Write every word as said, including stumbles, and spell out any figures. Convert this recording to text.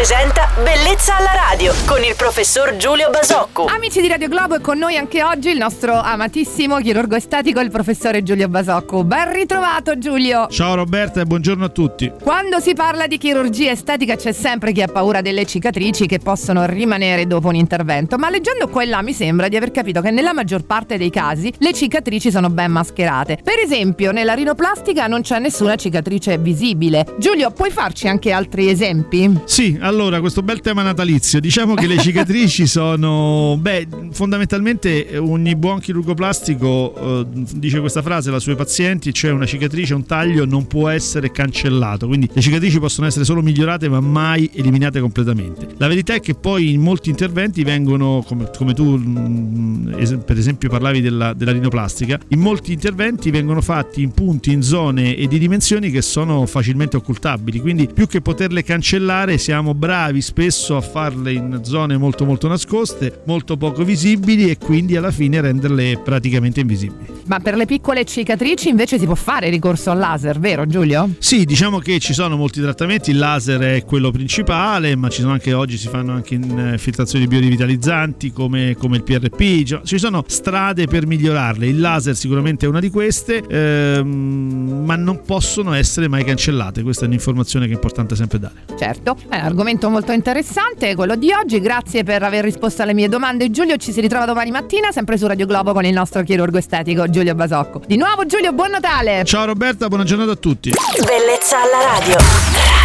presenta Bellezza alla radio con il professor Giulio Basocco. Amici di Radio Globo, è con noi anche oggi il nostro amatissimo chirurgo estetico, il professore Giulio Basocco. Ben ritrovato, Giulio. Ciao Roberta e buongiorno a tutti. Quando si parla di chirurgia estetica c'è sempre chi ha paura delle cicatrici che possono rimanere dopo un intervento, ma leggendo qua e là mi sembra di aver capito che nella maggior parte dei casi le cicatrici sono ben mascherate. Per esempio, nella rinoplastica non c'è nessuna cicatrice visibile. Giulio, puoi farci anche altri esempi? Sì, allora, questo bel tema natalizio. Diciamo che le cicatrici sono, beh, fondamentalmente ogni buon chirurgo plastico eh, dice questa frase alla sue pazienti, cioè una cicatrice, un taglio non può essere cancellato, quindi le cicatrici possono essere solo migliorate ma mai eliminate completamente. La verità è che poi in molti interventi vengono, come, come tu mh, per esempio parlavi della, della rinoplastica, in molti interventi vengono fatti in punti, in zone e di dimensioni che sono facilmente occultabili, quindi più che poterle cancellare siamo bravi spesso a farle in zone molto molto nascoste, molto poco visibili e quindi alla fine renderle praticamente invisibili. Ma per le piccole cicatrici invece si può fare ricorso al laser, vero Giulio? Sì, diciamo che ci sono molti trattamenti, il laser è quello principale, ma ci sono anche oggi si fanno anche in filtrazioni biorivitalizzanti come, come il P R P, ci sono strade per migliorarle, il laser sicuramente è una di queste, ehm, ma non possono essere mai cancellate, questa è un'informazione che è importante sempre dare. Certo, è un argomento molto interessante quello di oggi, grazie per aver risposto alle mie domande Giulio, ci si ritrova domani mattina sempre su Radio Globo con il nostro chirurgo estetico Giulio Basocco. Di nuovo Giulio, buon Natale! Ciao Roberta, buona giornata a tutti! Bellezza alla radio.